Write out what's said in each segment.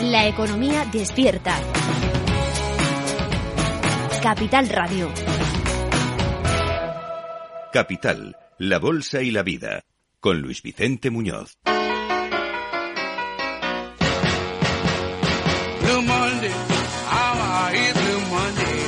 La economía despierta. Capital Radio. Capital, la bolsa y la vida, con Luis Vicente Muñoz. Blue Monday, I hate Blue Monday.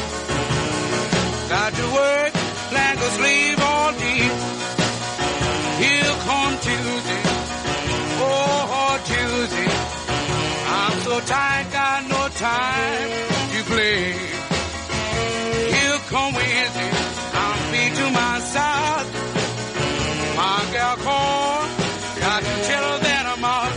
Got to work like a slave all day. Here come Tuesday, oh Tuesday. I'm so tired, got no time to play. Here come Wednesday, I'm beat to my side. My gal called, got to tell her that I'm out.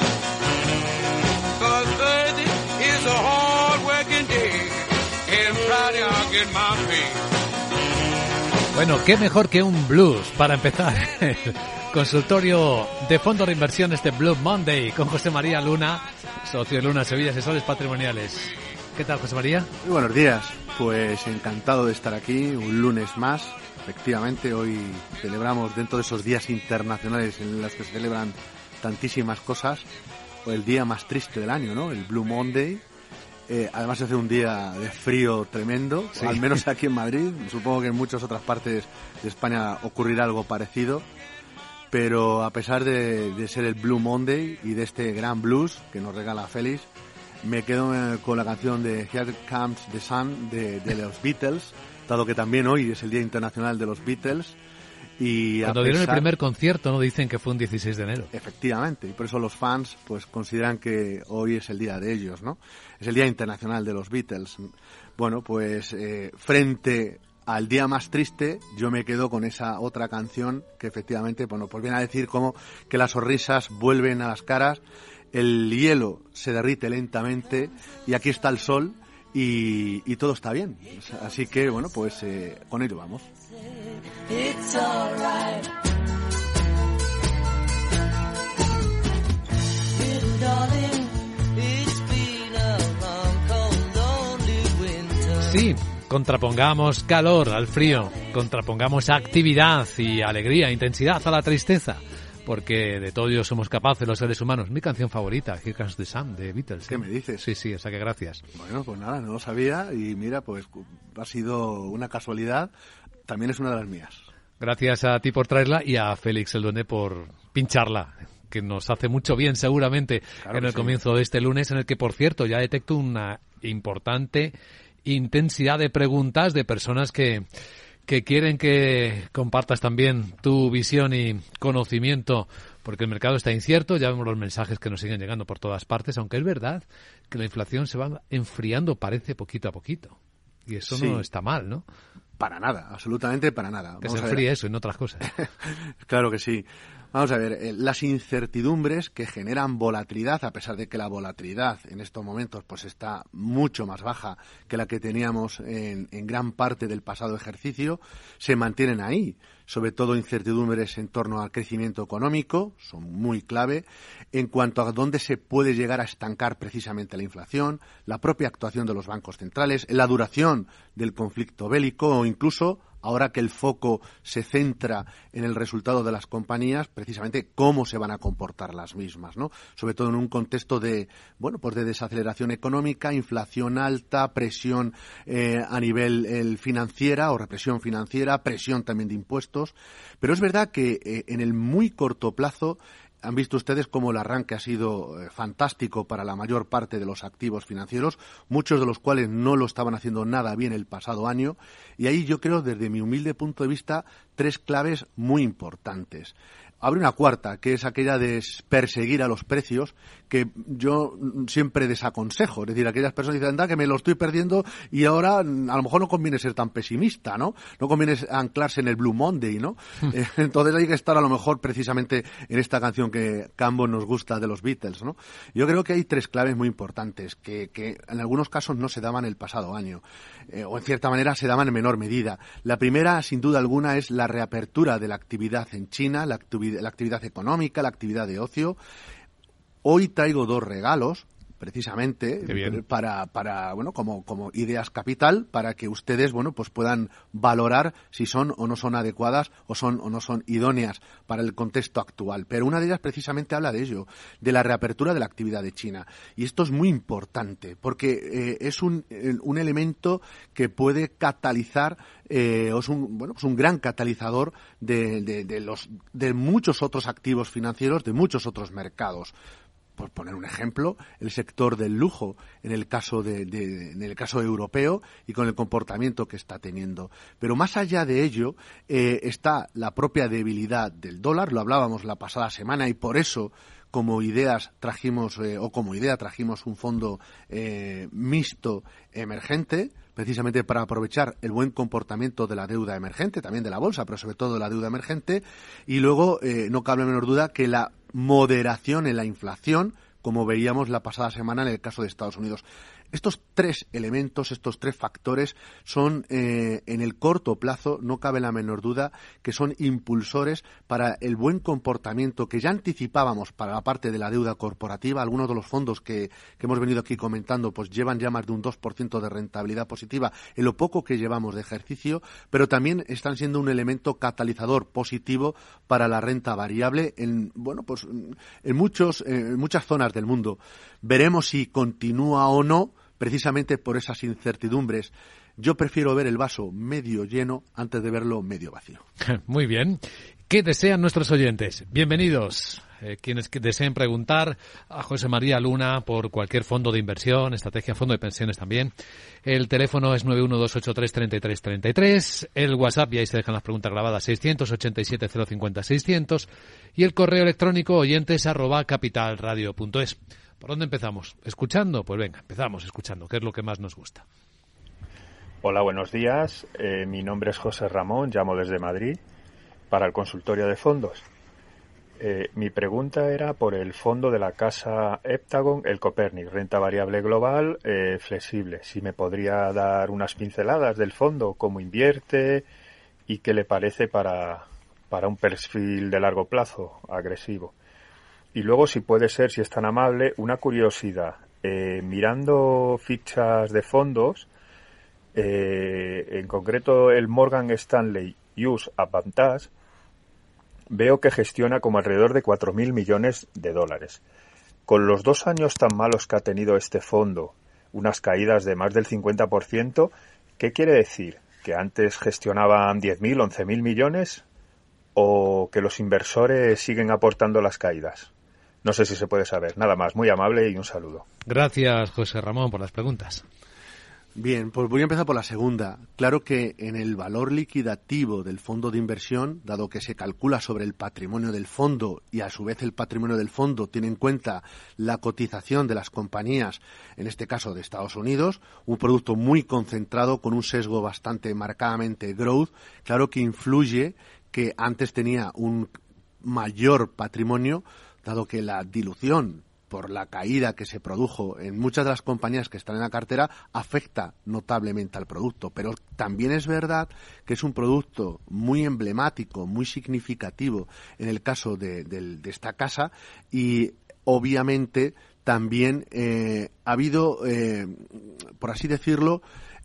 'Cause Thursday is a hard working day, and Friday I'll get my pay. Bueno, qué mejor que un blues para empezar. Consultorio de fondos de inversiones de Blue Monday con José María Luna, socio de Luna Sevilla, asesores patrimoniales. ¿Qué tal, José María? Muy buenos días, pues encantado de estar aquí, un lunes más. Efectivamente, hoy celebramos dentro de esos días internacionales en los que se celebran tantísimas cosas, el día más triste del año, ¿no? El Blue Monday. Además hace un día de frío tremendo, sí. Al menos aquí en Madrid. Supongo que en muchas otras partes de España ocurrirá algo parecido. Pero a pesar de ser el Blue Monday y de este gran blues que nos regala Félix, me quedo con la canción de Here Comes the Sun de los Beatles, dado que también hoy es el Día Internacional de los Beatles. Y cuando dieron el primer concierto, ¿no? Dicen que fue un 16 de enero. Efectivamente, y por eso los fans pues consideran que hoy es el día de ellos, ¿no? Es el Día Internacional de los Beatles. Bueno, pues frente al día más triste, yo me quedo con esa otra canción que efectivamente, bueno, pues viene a decir como que las sonrisas vuelven a las caras, el hielo se derrite lentamente y aquí está el sol y todo está bien. Así que, bueno, pues con ello vamos. It's all right. Little darling, it's been a long, cold, lonely winter. Sí, contrapongamos calor al frío, contrapongamos actividad y alegría, intensidad a la tristeza, porque de todo ello somos capaces los seres humanos. Mi canción favorita, Here Comes the Sun, de Beatles. ¿Qué me dices? Sí, o sea que gracias. Bueno, pues nada, no lo sabía y mira, pues ha sido una casualidad. También es una de las mías. Gracias a ti por traerla y a Félix El Duende por pincharla, que nos hace mucho bien seguramente claro en el comienzo de este lunes, en el que, por cierto, ya detecto una importante intensidad de preguntas de personas que quieren que compartas también tu visión y conocimiento, porque el mercado está incierto, ya vemos los mensajes que nos siguen llegando por todas partes, aunque es verdad que la inflación se va enfriando, parece poquito a poquito. Y eso sí. No está mal, ¿no? Para nada, absolutamente para nada. Que se enfríe eso y no otras cosas. Claro que sí. Vamos a ver, las incertidumbres que generan volatilidad, a pesar de que la volatilidad en estos momentos pues está mucho más baja que la que teníamos en gran parte del pasado ejercicio, se mantienen ahí. Sobre todo incertidumbres en torno al crecimiento económico, son muy clave, en cuanto a dónde se puede llegar a estancar precisamente la inflación, la propia actuación de los bancos centrales, la duración del conflicto bélico o incluso, ahora que el foco se centra en el resultado de las compañías, precisamente cómo se van a comportar las mismas, ¿no? Sobre todo en un contexto de, bueno, pues de desaceleración económica, inflación alta, presión a nivel financiera o represión financiera, presión también de impuestos. Pero es verdad que en el muy corto plazo han visto ustedes cómo el arranque ha sido fantástico para la mayor parte de los activos financieros, muchos de los cuales no lo estaban haciendo nada bien el pasado año. Y ahí yo creo, desde mi humilde punto de vista, tres claves muy importantes. Abre una cuarta, que es aquella de perseguir a los precios, que yo siempre desaconsejo. Es decir, aquellas personas dicen, anda, que me lo estoy perdiendo y ahora a lo mejor no conviene ser tan pesimista, ¿no? No conviene anclarse en el Blue Monday, ¿no? Entonces hay que estar a lo mejor precisamente en esta canción que a ambos nos gusta de los Beatles, ¿no? Yo creo que hay tres claves muy importantes que en algunos casos no se daban el pasado año, o en cierta manera se daban en menor medida. La primera, sin duda alguna, es la reapertura de la actividad en China, la actividad económica, la actividad de ocio. Hoy traigo dos regalos precisamente para bueno, como ideas capital, para que ustedes, bueno, pues puedan valorar si son o no son adecuadas o no son idóneas para el contexto actual. Pero una de ellas precisamente habla de ello, de la reapertura de la actividad de China. Y esto es muy importante porque es un elemento que puede catalizar es un gran catalizador de muchos otros activos financieros, de muchos otros mercados. Por poner un ejemplo, el sector del lujo en el caso europeo y con el comportamiento que está teniendo. Pero más allá de ello está la propia debilidad del dólar, lo hablábamos la pasada semana y por eso como idea trajimos un fondo mixto emergente, precisamente para aprovechar el buen comportamiento de la deuda emergente, también de la bolsa, pero sobre todo de la deuda emergente, y luego no cabe la menor duda que la moderación en la inflación, como veíamos la pasada semana en el caso de Estados Unidos. Estos tres elementos, estos tres factores son en el corto plazo, no cabe la menor duda, que son impulsores para el buen comportamiento que ya anticipábamos para la parte de la deuda corporativa. Algunos de los fondos que hemos venido aquí comentando pues llevan ya más de un 2% de rentabilidad positiva en lo poco que llevamos de ejercicio, pero también están siendo un elemento catalizador positivo para la renta variable en muchas zonas del mundo. Veremos si continúa o no, precisamente por esas incertidumbres. Yo prefiero ver el vaso medio lleno antes de verlo medio vacío. Muy bien. ¿Qué desean nuestros oyentes? Bienvenidos. Quienes deseen preguntar a José María Luna por cualquier fondo de inversión, estrategia, fondo de pensiones también. El teléfono es 912833333. El WhatsApp, y ahí se dejan las preguntas grabadas, 687-050-600. Y el correo electrónico oyentes@capitalradio.es. ¿Por dónde empezamos? ¿Escuchando? Pues venga, empezamos escuchando, que es lo que más nos gusta. Hola, buenos días. Mi nombre es José Ramón, llamo desde Madrid para el consultorio de fondos. Mi pregunta era por el fondo de la casa Heptagon, el Copernic, renta variable global flexible. Si me podría dar unas pinceladas del fondo, cómo invierte y qué le parece para un perfil de largo plazo agresivo. Y luego, si puede ser, si es tan amable, una curiosidad. Mirando fichas de fondos, en concreto el Morgan Stanley US Advantage, veo que gestiona como alrededor de 4.000 millones de dólares. Con los 2 años tan malos que ha tenido este fondo, unas caídas de más del 50%, ¿qué quiere decir? ¿Que antes gestionaban 10.000, 11.000 millones o que los inversores siguen aportando las caídas? No sé si se puede saber. Nada más, muy amable y un saludo. Gracias, José Ramón, por las preguntas. Bien, pues voy a empezar por la segunda. Claro que en el valor liquidativo del fondo de inversión, dado que se calcula sobre el patrimonio del fondo y a su vez el patrimonio del fondo tiene en cuenta la cotización de las compañías, en este caso de Estados Unidos, un producto muy concentrado con un sesgo bastante marcadamente growth, claro que influye que antes tenía un mayor patrimonio, dado que la dilución por la caída que se produjo en muchas de las compañías que están en la cartera afecta notablemente al producto. Pero también es verdad que es un producto muy emblemático, muy significativo en el caso de esta casa y obviamente también ha habido, por así decirlo,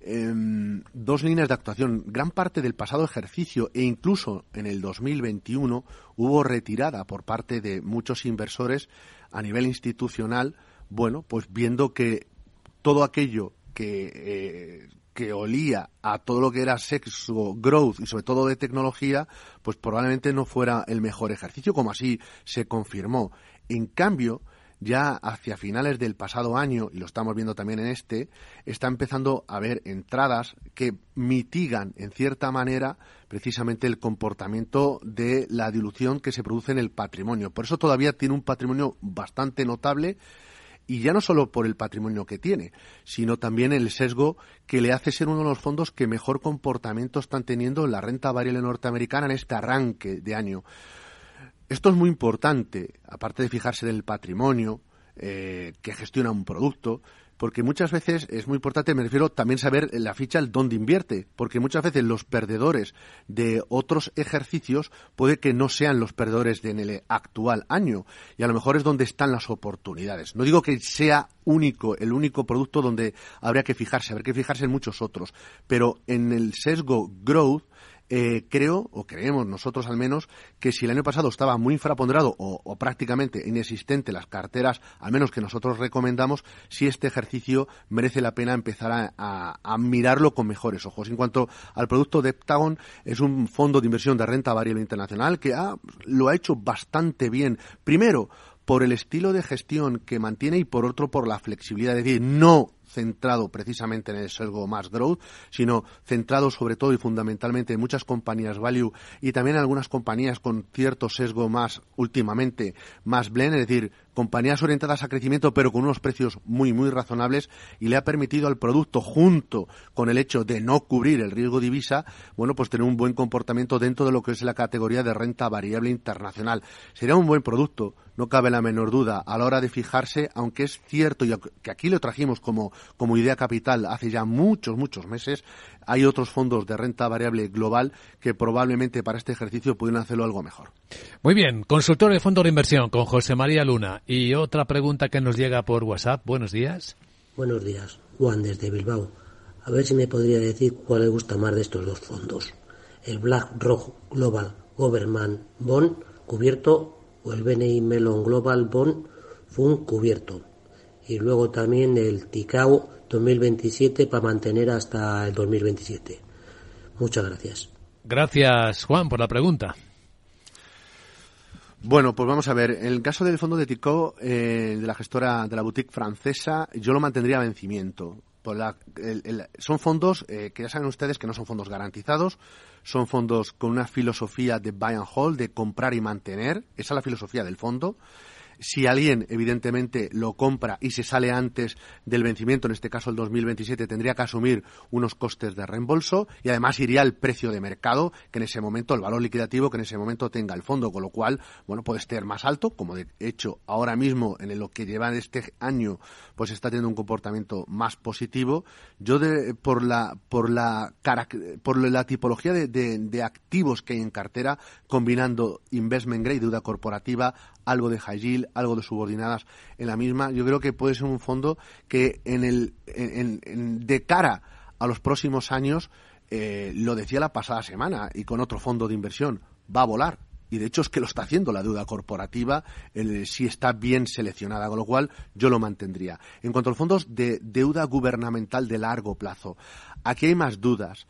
2 líneas de actuación. Gran parte del pasado ejercicio e incluso en el 2021 hubo retirada por parte de muchos inversores a nivel institucional, bueno, pues viendo que todo aquello que olía a todo lo que era sesgo, growth y sobre todo de tecnología, pues probablemente no fuera el mejor ejercicio, como así se confirmó. En cambio, ya hacia finales del pasado año, y lo estamos viendo también en está empezando a haber entradas que mitigan, en cierta manera, precisamente el comportamiento de la dilución que se produce en el patrimonio. Por eso todavía tiene un patrimonio bastante notable, y ya no solo por el patrimonio que tiene, sino también el sesgo que le hace ser uno de los fondos que mejor comportamiento están teniendo en la renta variable norteamericana en este arranque de año. Esto es muy importante, aparte de fijarse en el patrimonio que gestiona un producto, porque muchas veces es muy importante, me refiero también saber la ficha el dónde invierte, porque muchas veces los perdedores de otros ejercicios puede que no sean los perdedores en el actual año, y a lo mejor es donde están las oportunidades. No digo que sea el único producto donde habría que fijarse en muchos otros, pero en el sesgo growth creo, o creemos nosotros al menos, que si el año pasado estaba muy infraponderado o prácticamente inexistente las carteras, al menos que nosotros recomendamos, si este ejercicio merece la pena empezar a mirarlo con mejores ojos. En cuanto al producto de Heptagon, es un fondo de inversión de renta variable internacional que lo ha hecho bastante bien. Primero, por el estilo de gestión que mantiene y por otro, por la flexibilidad, es decir, no centrado precisamente en el sesgo más growth, sino centrado sobre todo y fundamentalmente en muchas compañías value y también en algunas compañías con cierto sesgo más últimamente más blend, es decir, compañías orientadas a crecimiento pero con unos precios muy muy razonables, y le ha permitido al producto, junto con el hecho de no cubrir el riesgo divisa, bueno, pues tener un buen comportamiento dentro de lo que es la categoría de renta variable internacional. Sería un buen producto, no cabe la menor duda, a la hora de fijarse, aunque es cierto, y que aquí lo trajimos como idea capital hace ya muchos meses, hay otros fondos de renta variable global que probablemente para este ejercicio pudieran hacerlo algo mejor. Muy bien, consultor de fondos de inversión con José María Luna. Y otra pregunta que nos llega por WhatsApp. Buenos días. Buenos días, Juan desde Bilbao. A ver si me podría decir cuál le gusta más de estos dos fondos. ¿El BlackRock Global Government Bond cubierto o el BNI Mellon Global Bond Fund cubierto? Y luego también el Tikau 2027 para mantener hasta el 2027. Muchas gracias. Gracias, Juan, por la pregunta. Bueno, pues vamos a ver. En el caso del fondo de Tikau, de la gestora de la boutique francesa, yo lo mantendría a vencimiento. Son fondos que ya saben ustedes que no son fondos garantizados, son fondos con una filosofía de buy and hold, de comprar y mantener. Esa es la filosofía del fondo. Si alguien, evidentemente, lo compra y se sale antes del vencimiento, en este caso el 2027, tendría que asumir unos costes de reembolso y además iría al precio de mercado, que en ese momento, el valor liquidativo que en ese momento tenga el fondo, con lo cual, bueno, puede estar más alto, como de hecho ahora mismo en lo que lleva de este año, pues está teniendo un comportamiento más positivo. Yo por la tipología de activos que hay en cartera, combinando investment grade, deuda corporativa, algo de high yield, algo de subordinadas en la misma, yo creo que puede ser un fondo que de cara a los próximos años, lo decía la pasada semana y con otro fondo de inversión, va a volar. Y de hecho es que lo está haciendo la deuda corporativa, si está bien seleccionada, con lo cual yo lo mantendría. En cuanto a los fondos de deuda gubernamental de largo plazo, aquí hay más dudas.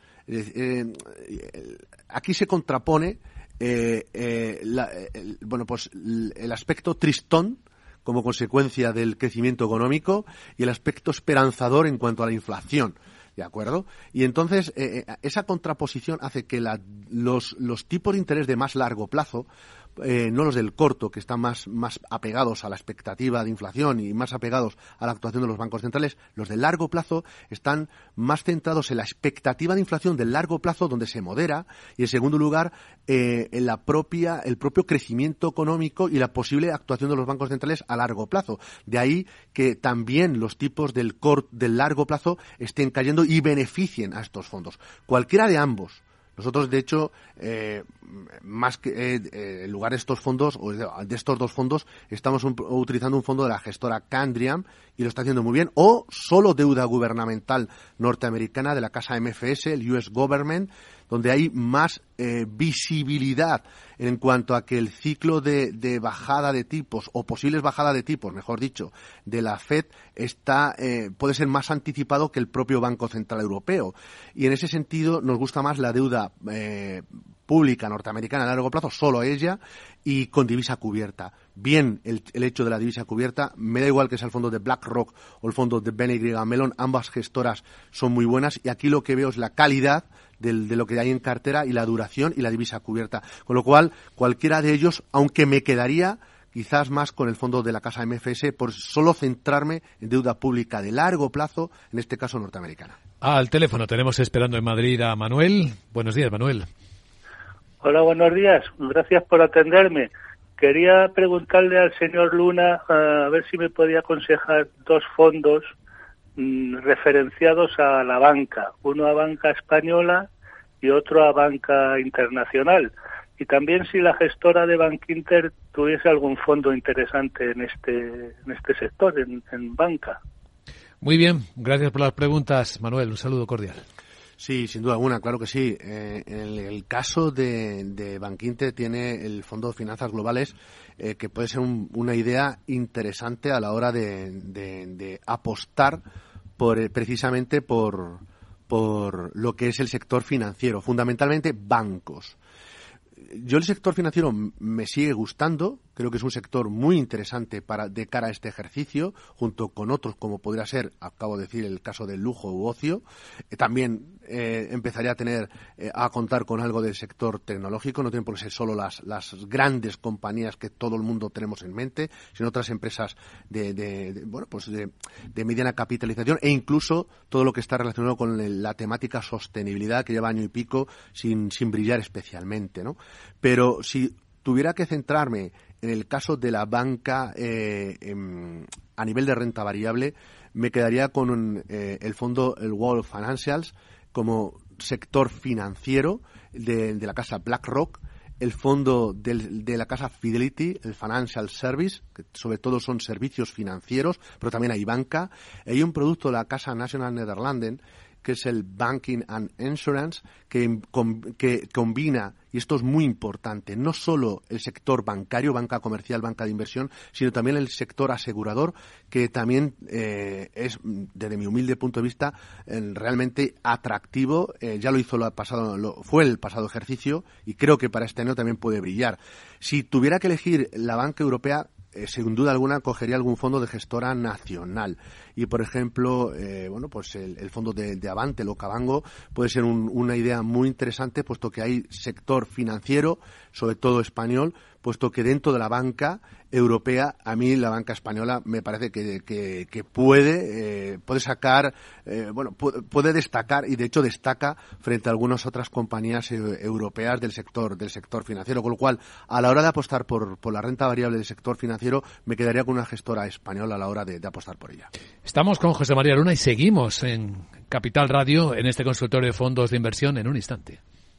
Aquí se contrapone el aspecto tristón como consecuencia del crecimiento económico y el aspecto esperanzador en cuanto a la inflación. ¿De acuerdo? Y entonces esa contraposición hace que los tipos de interés de más largo plazo, no los del corto, que están más apegados a la expectativa de inflación y más apegados a la actuación de los bancos centrales, los de largo plazo están más centrados en la expectativa de inflación del largo plazo, donde se modera, y en segundo lugar en el propio crecimiento económico y la posible actuación de los bancos centrales a largo plazo. De ahí que también los tipos del largo plazo estén cayendo y beneficien a estos fondos. Cualquiera de ambos. Nosotros, de hecho, más que en lugar de estos fondos, o de estos dos fondos, estamos utilizando un fondo de la gestora Candriam y lo está haciendo muy bien, o solo deuda gubernamental norteamericana de la casa MFS, el US Government, donde hay más visibilidad en cuanto a que el ciclo de bajada de tipos, o posibles bajadas de tipos, mejor dicho, de la FED puede ser más anticipado que el propio Banco Central Europeo. Y en ese sentido nos gusta más la deuda pública norteamericana a largo plazo, solo ella, y con divisa cubierta. Bien el hecho de la divisa cubierta, me da igual que sea el fondo de BlackRock o el fondo de BNY Mellon, ambas gestoras son muy buenas, y aquí lo que veo es la calidad de lo que hay en cartera y la duración y la divisa cubierta. Con lo cual, cualquiera de ellos, aunque me quedaría quizás más con el fondo de la casa MFS, por solo centrarme en deuda pública de largo plazo, en este caso norteamericana. Al teléfono tenemos esperando en Madrid a Manuel. Buenos días, Manuel. Hola, buenos días. Gracias por atenderme. Quería preguntarle al señor Luna a ver si me podía aconsejar dos fondos referenciados a la banca, uno a banca española y otro a banca internacional. Y también si la gestora de Bankinter tuviese algún fondo interesante en este sector, en banca. Muy bien, gracias por las preguntas, Manuel. Un saludo cordial. Sí, sin duda alguna, claro que sí. En el caso de Bankinter tiene el Fondo de Finanzas Globales, que puede ser una idea interesante a la hora de apostar precisamente por lo que es el sector financiero, fundamentalmente bancos. Yo el sector financiero me sigue gustando, creo que es un sector muy interesante de cara a este ejercicio, junto con otros como podría ser, acabo de decir, el caso del lujo u ocio. También empezaría a contar con algo del sector tecnológico, no tienen por qué ser solo las grandes compañías que todo el mundo tenemos en mente, sino otras empresas de mediana capitalización e incluso todo lo que está relacionado con la temática sostenibilidad, que lleva año y pico sin brillar especialmente, ¿no? Pero si tuviera que centrarme en el caso de la banca a nivel de renta variable, me quedaría con el fondo, el World Financials, como sector financiero de la casa BlackRock, el fondo de la casa Fidelity, el Financial Service, que sobre todo son servicios financieros, pero también hay banca. Hay un producto de la casa National Nederlanden, que es el Banking and Insurance, que combina, y esto es muy importante, no solo el sector bancario, banca comercial, banca de inversión, sino también el sector asegurador, que también es, desde mi humilde punto de vista, realmente atractivo. Ya lo hizo fue el pasado ejercicio, y creo que para este año también puede brillar. Si tuviera que elegir la banca europea, sin duda alguna cogería algún fondo de gestora nacional. Y, por ejemplo, el fondo de Avante, o Cabango, puede ser una idea muy interesante, puesto que hay sector financiero, sobre todo español, puesto que dentro de la banca europea, a mí la banca española me parece que puede sacar, puede destacar, y de hecho destaca frente a algunas otras compañías europeas del sector financiero, con lo cual, a la hora de apostar por la renta variable del sector financiero, me quedaría con una gestora española a la hora de apostar por ella. Estamos con José María Luna y seguimos en Capital Radio, en este consultorio de fondos de inversión, en un instante.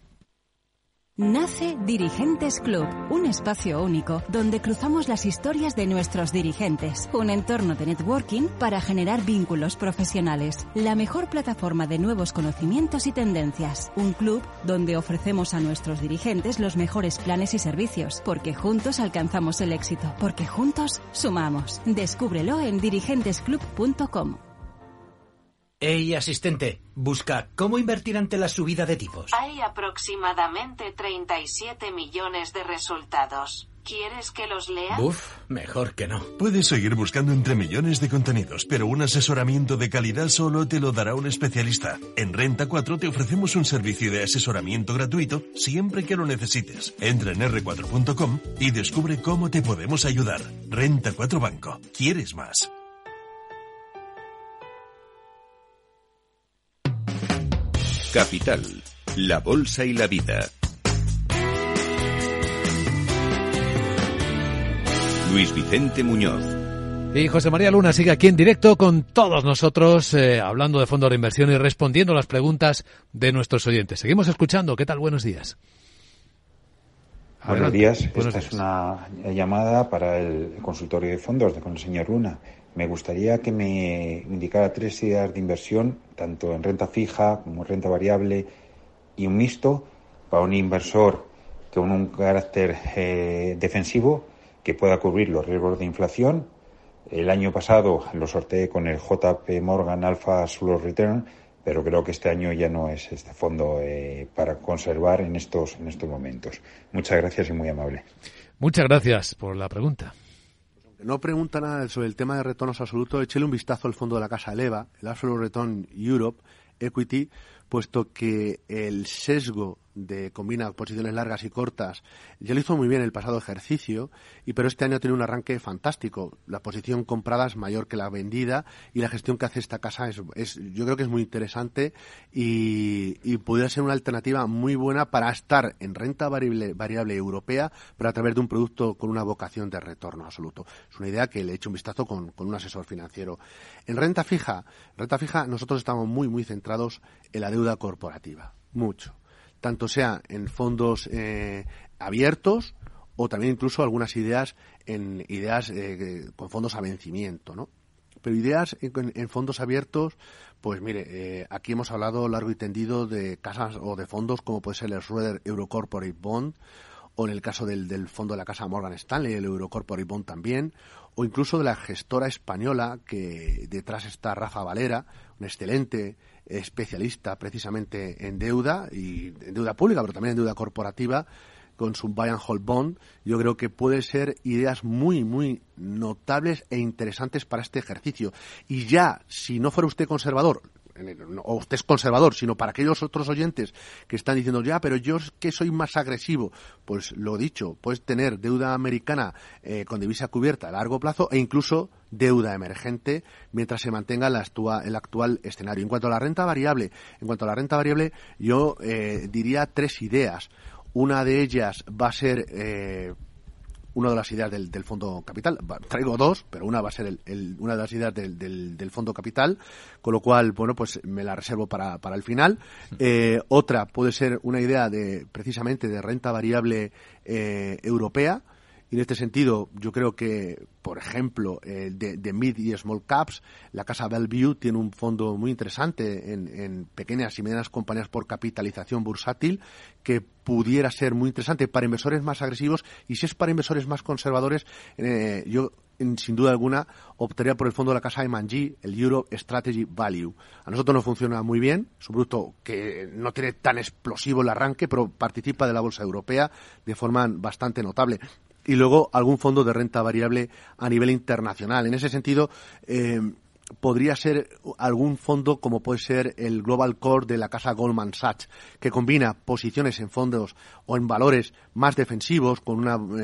Nace Dirigentes Club, un espacio único donde cruzamos las historias de nuestros dirigentes, un entorno de networking para generar vínculos profesionales, la mejor plataforma de nuevos conocimientos y tendencias, un club donde ofrecemos a nuestros dirigentes los mejores planes y servicios, porque juntos alcanzamos el éxito, porque juntos sumamos. Descúbrelo en dirigentesclub.com. Hey, asistente, busca cómo invertir ante la subida de tipos. Hay aproximadamente 37 millones de resultados. ¿Quieres que los lea? Uf, mejor que no. Puedes seguir buscando entre millones de contenidos, pero un asesoramiento de calidad solo te lo dará un especialista. En Renta 4 te ofrecemos un servicio de asesoramiento gratuito siempre que lo necesites. Entra en r4.com y descubre cómo te podemos ayudar. Renta 4 Banco. ¿Quieres más? Capital, la bolsa y la vida. Luis Vicente Muñoz. Y José María Luna sigue aquí en directo con todos nosotros, hablando de fondos de inversión y respondiendo las preguntas de nuestros oyentes. Seguimos escuchando. ¿Qué tal? Buenos días. Buenos días. Esta es una llamada para el consultorio de fondos con el señor Luna. Me gustaría que me indicara 3 ideas de inversión, tanto en renta fija como renta variable y un mixto, para un inversor con un carácter defensivo que pueda cubrir los riesgos de inflación. El año pasado lo sorteé con el JP Morgan Alpha Slow Return, pero creo que este año ya no es este fondo para conservar en estos momentos. Muchas gracias y muy amable. Muchas gracias por la pregunta. No pregunta nada sobre el tema de retornos absolutos, échele un vistazo al fondo de la casa Eleva, el Absolute Return Europe Equity, puesto que el sesgo combina posiciones largas y cortas, ya lo hizo muy bien el pasado ejercicio, pero este año ha tenido un arranque fantástico. La posición comprada es mayor que la vendida y la gestión que hace esta casa yo creo que es muy interesante y podría ser una alternativa muy buena para estar en renta variable europea, pero a través de un producto con una vocación de retorno absoluto. Es una idea que le he hecho un vistazo con un asesor financiero. En renta fija nosotros estamos muy, muy centrados en la deuda corporativa, mucho. Tanto sea en fondos abiertos o también incluso algunas ideas con fondos a vencimiento, ¿no? Pero ideas en fondos abiertos, pues mire, aquí hemos hablado largo y tendido de casas o de fondos como puede ser el Schroeder Eurocorporate Bond, o en el caso del fondo de la casa Morgan Stanley, el Eurocorporate Bond también, o incluso de la gestora española, que detrás está Rafa Valera, un excelente especialista precisamente en deuda, y en deuda pública, pero también en deuda corporativa, con su buy and hold bond. Yo creo que pueden ser ideas muy, muy notables e interesantes para este ejercicio. Y ya, si no fuera usted conservador, o usted es conservador, sino para aquellos otros oyentes que están diciendo, ya, pero yo es que soy más agresivo, pues lo dicho, puedes tener deuda americana con divisa cubierta a largo plazo e incluso deuda emergente mientras se mantenga el actual escenario. En cuanto a la renta variable, yo diría 3 ideas. Una de ellas va a ser una de las ideas del Fondo Capital. Traigo 2, pero una va a ser una de las ideas del Fondo Capital, con lo cual, bueno, pues me la reservo para el final. Otra puede ser una idea precisamente de renta variable europea. Y en este sentido, yo creo que, por ejemplo, de mid y small caps, la casa Bellevue tiene un fondo muy interesante en pequeñas y medianas compañías por capitalización bursátil, que pudiera ser muy interesante para inversores más agresivos, y si es para inversores más conservadores, yo sin duda alguna optaría por el fondo de la casa M&G, el Europe Strategy Value. A nosotros nos funciona muy bien, es un producto que no tiene tan explosivo el arranque, pero participa de la bolsa europea de forma bastante notable. Y luego algún fondo de renta variable a nivel internacional. En ese sentido, podría ser algún fondo como puede ser el Global Core de la casa Goldman Sachs, que combina posiciones en fondos o en valores más defensivos con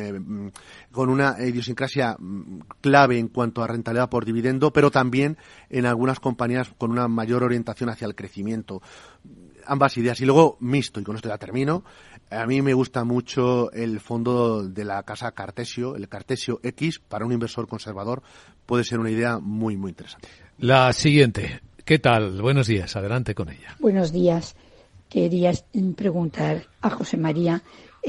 una idiosincrasia clave en cuanto a rentabilidad por dividendo, pero también en algunas compañías con una mayor orientación hacia el crecimiento. Ambas ideas. Y luego mixto, y con esto ya termino. A mí me gusta mucho el fondo de la casa Cartesio, el Cartesio X, para un inversor conservador puede ser una idea muy, muy interesante. La siguiente. ¿Qué tal? Buenos días. Adelante con ella. Buenos días. Quería preguntar a José María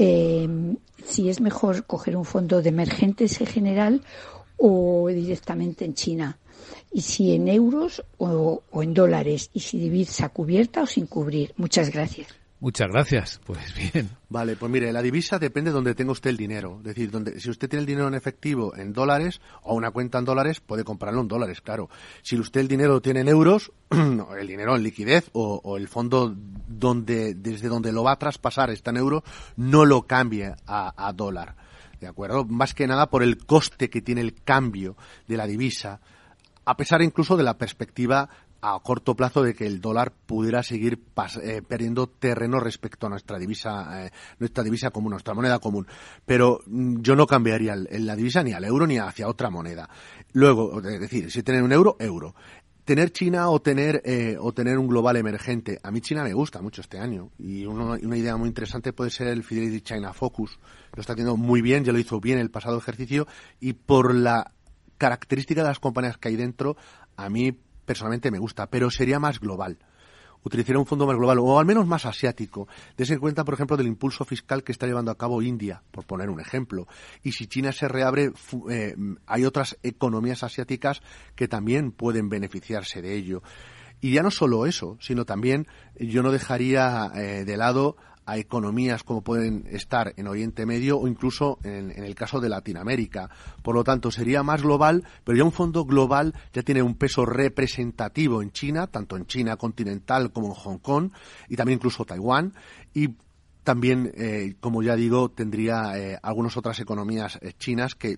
si es mejor coger un fondo de emergentes en general o directamente en China. Y si en euros o en dólares, y si divisa cubierta o sin cubrir. Muchas gracias. Muchas gracias. Pues bien. Vale, pues mire, la divisa depende de donde tenga usted el dinero. Es decir, si usted tiene el dinero en efectivo en dólares o una cuenta en dólares, puede comprarlo en dólares, claro. Si usted el dinero lo tiene en euros, el dinero en liquidez o el fondo desde donde lo va a traspasar está en euros, no lo cambie a dólar. ¿De acuerdo? Más que nada por el coste que tiene el cambio de la divisa, a pesar incluso de la perspectiva a corto plazo de que el dólar pudiera seguir perdiendo terreno respecto a nuestra divisa común, nuestra moneda común. Pero yo no cambiaría la divisa ni al euro ni hacia otra moneda. Luego, es decir, si tener un euro. Tener China o tener un global emergente. A mí China me gusta mucho este año y una idea muy interesante puede ser el Fidelity China Focus. Lo está haciendo muy bien, ya lo hizo bien el pasado ejercicio y por la característica de las compañías que hay dentro, a mí personalmente me gusta, pero sería más global. Utilizaría un fondo más global, o al menos más asiático. Dese en cuenta, por ejemplo, del impulso fiscal que está llevando a cabo India, por poner un ejemplo. Y si China se reabre, hay otras economías asiáticas que también pueden beneficiarse de ello. Y ya no solo eso, sino también yo no dejaría de lado a economías como pueden estar en Oriente Medio o incluso en el caso de Latinoamérica. Por lo tanto, sería más global, pero ya un fondo global ya tiene un peso representativo en China, tanto en China continental como en Hong Kong y también incluso Taiwán. Y también, como ya digo, tendría algunas otras economías chinas que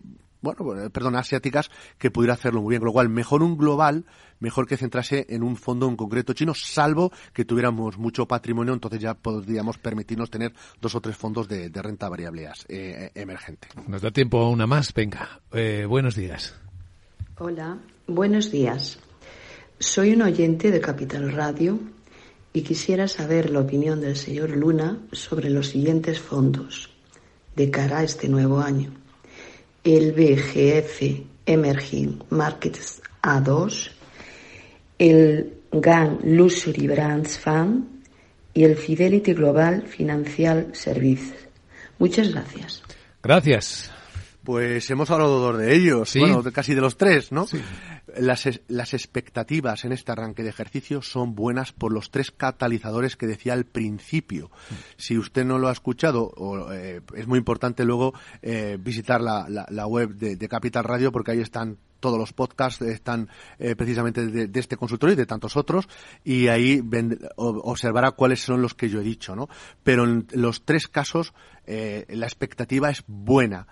asiáticas, que pudiera hacerlo muy bien. Con lo cual, mejor un global, mejor que centrarse en un fondo en concreto chino, salvo que tuviéramos mucho patrimonio, entonces ya podríamos permitirnos tener 2 o 3 fondos de renta variable emergente. Nos da tiempo a una más, venga. Buenos días. Hola, buenos días. Soy un oyente de Capital Radio y quisiera saber la opinión del señor Luna sobre los siguientes fondos de cara a este nuevo año. El BGF Emerging Markets A2, el GAN Luxury Brands Fund y el Fidelity Global Financial Services. Muchas gracias. Gracias. Pues hemos hablado 2 de ellos, ¿sí? Bueno, casi de los 3, ¿no? Sí. Las expectativas en este arranque de ejercicio son buenas por los 3 catalizadores que decía al principio. Si usted no lo ha escuchado, es muy importante luego visitar la web de Capital Radio, porque ahí están todos los podcasts, están precisamente de este consultorio y de tantos otros, y ahí observará cuáles son los que yo he dicho, ¿no? Pero en los 3 casos la expectativa es buena.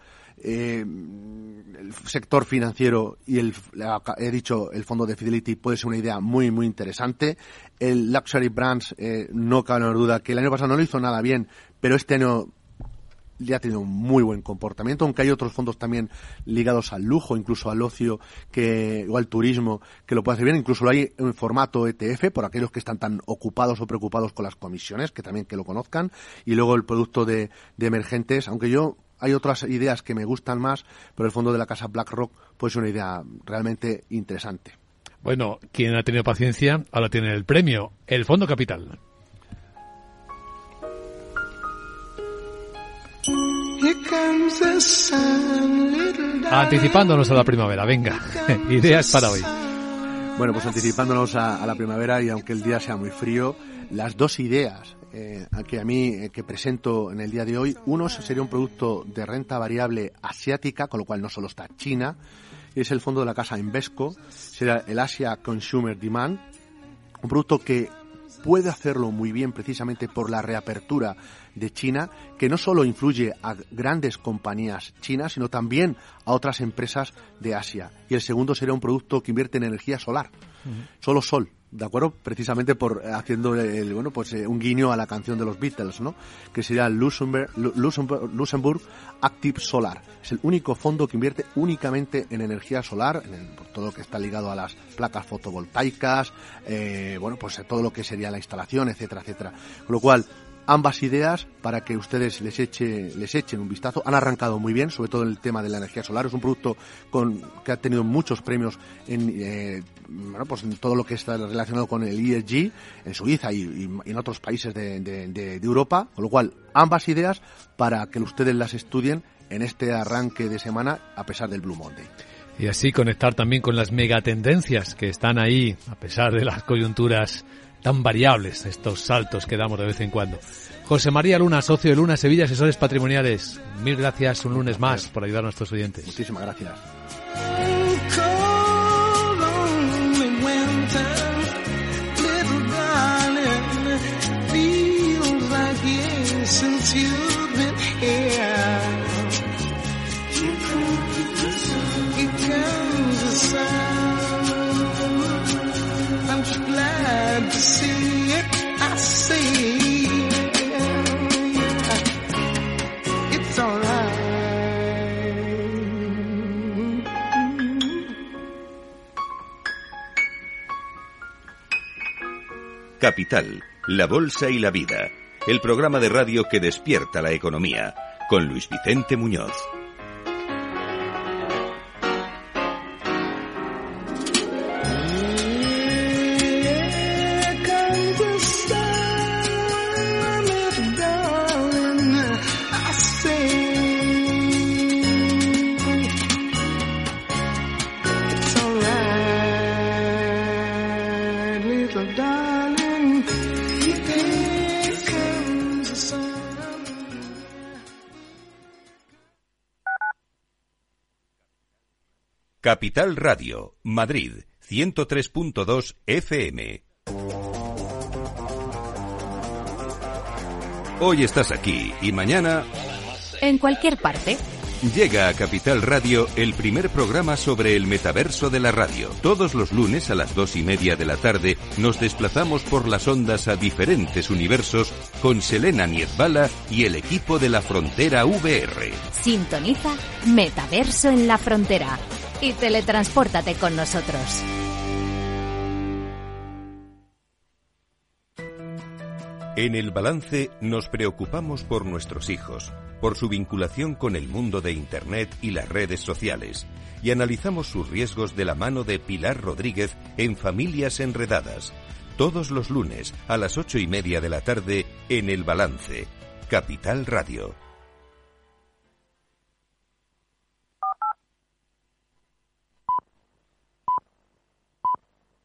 El sector financiero y el fondo de Fidelity puede ser una idea muy muy interesante. El Luxury Brands, no cabe la duda que el año pasado no lo hizo nada bien, pero este año ya ha tenido un muy buen comportamiento, aunque hay otros fondos también ligados al lujo, incluso al ocio o al turismo, que lo puede hacer bien. Incluso lo hay en formato ETF, por aquellos que están tan ocupados o preocupados con las comisiones, que también que lo conozcan. Y luego el producto de emergentes, aunque hay otras ideas que me gustan más, pero el fondo de la casa BlackRock puede ser una idea realmente interesante. Bueno, quien ha tenido paciencia, ahora tiene el premio, el Fondo Capital. Anticipándonos a la primavera, venga, ideas para hoy. Bueno, pues anticipándonos a la primavera, y aunque el día sea muy frío, las 2 ideas que presento en el día de hoy, uno sería un producto de renta variable asiática, con lo cual no solo está China, es el fondo de la casa Invesco, será el Asia Consumer Demand, un producto que puede hacerlo muy bien precisamente por la reapertura de China, que no solo influye a grandes compañías chinas, sino también a otras empresas de Asia. Y el segundo será un producto que invierte en energía solar, solo sol, ¿de acuerdo? Precisamente por haciendo un guiño a la canción de los Beatles, ¿no? Que sería el Luxembourg Active Solar. Es el único fondo que invierte únicamente en energía solar, por todo lo que está ligado a las placas fotovoltaicas, todo lo que sería la instalación, etcétera, etcétera. Con lo cual, ambas ideas para que ustedes les echen un vistazo. Han arrancado muy bien, sobre todo en el tema de la energía solar. Es un producto que ha tenido muchos premios en todo lo que está relacionado con el ESG en Suiza y en otros países de Europa. Con lo cual, ambas ideas para que ustedes las estudien en este arranque de semana, a pesar del Blue Monday. Y así conectar también con las megatendencias que están ahí, a pesar de las coyunturas tan variables, estos saltos que damos de vez en cuando. José María Luna, socio de Luna Sevilla, asesores patrimoniales. Mil gracias un lunes más por ayudar a nuestros oyentes. Muchísimas gracias. Capital, la bolsa y la vida. El programa de radio que despierta la economía. Con Luis Vicente Muñoz. Capital Radio, Madrid, 103.2 FM. Hoy estás aquí y mañana... En cualquier parte. Llega a Capital Radio el primer programa sobre el metaverso de la radio. Todos los lunes a las 2:30 de la tarde nos desplazamos por las ondas a diferentes universos con Selena Niezbala y el equipo de La Frontera VR. Sintoniza Metaverso en la Frontera y teletranspórtate con nosotros. En El Balance nos preocupamos por nuestros hijos, por su vinculación con el mundo de Internet y las redes sociales, y analizamos sus riesgos de la mano de Pilar Rodríguez en Familias Enredadas, todos los lunes a las 8:30 de la tarde en El Balance, Capital Radio.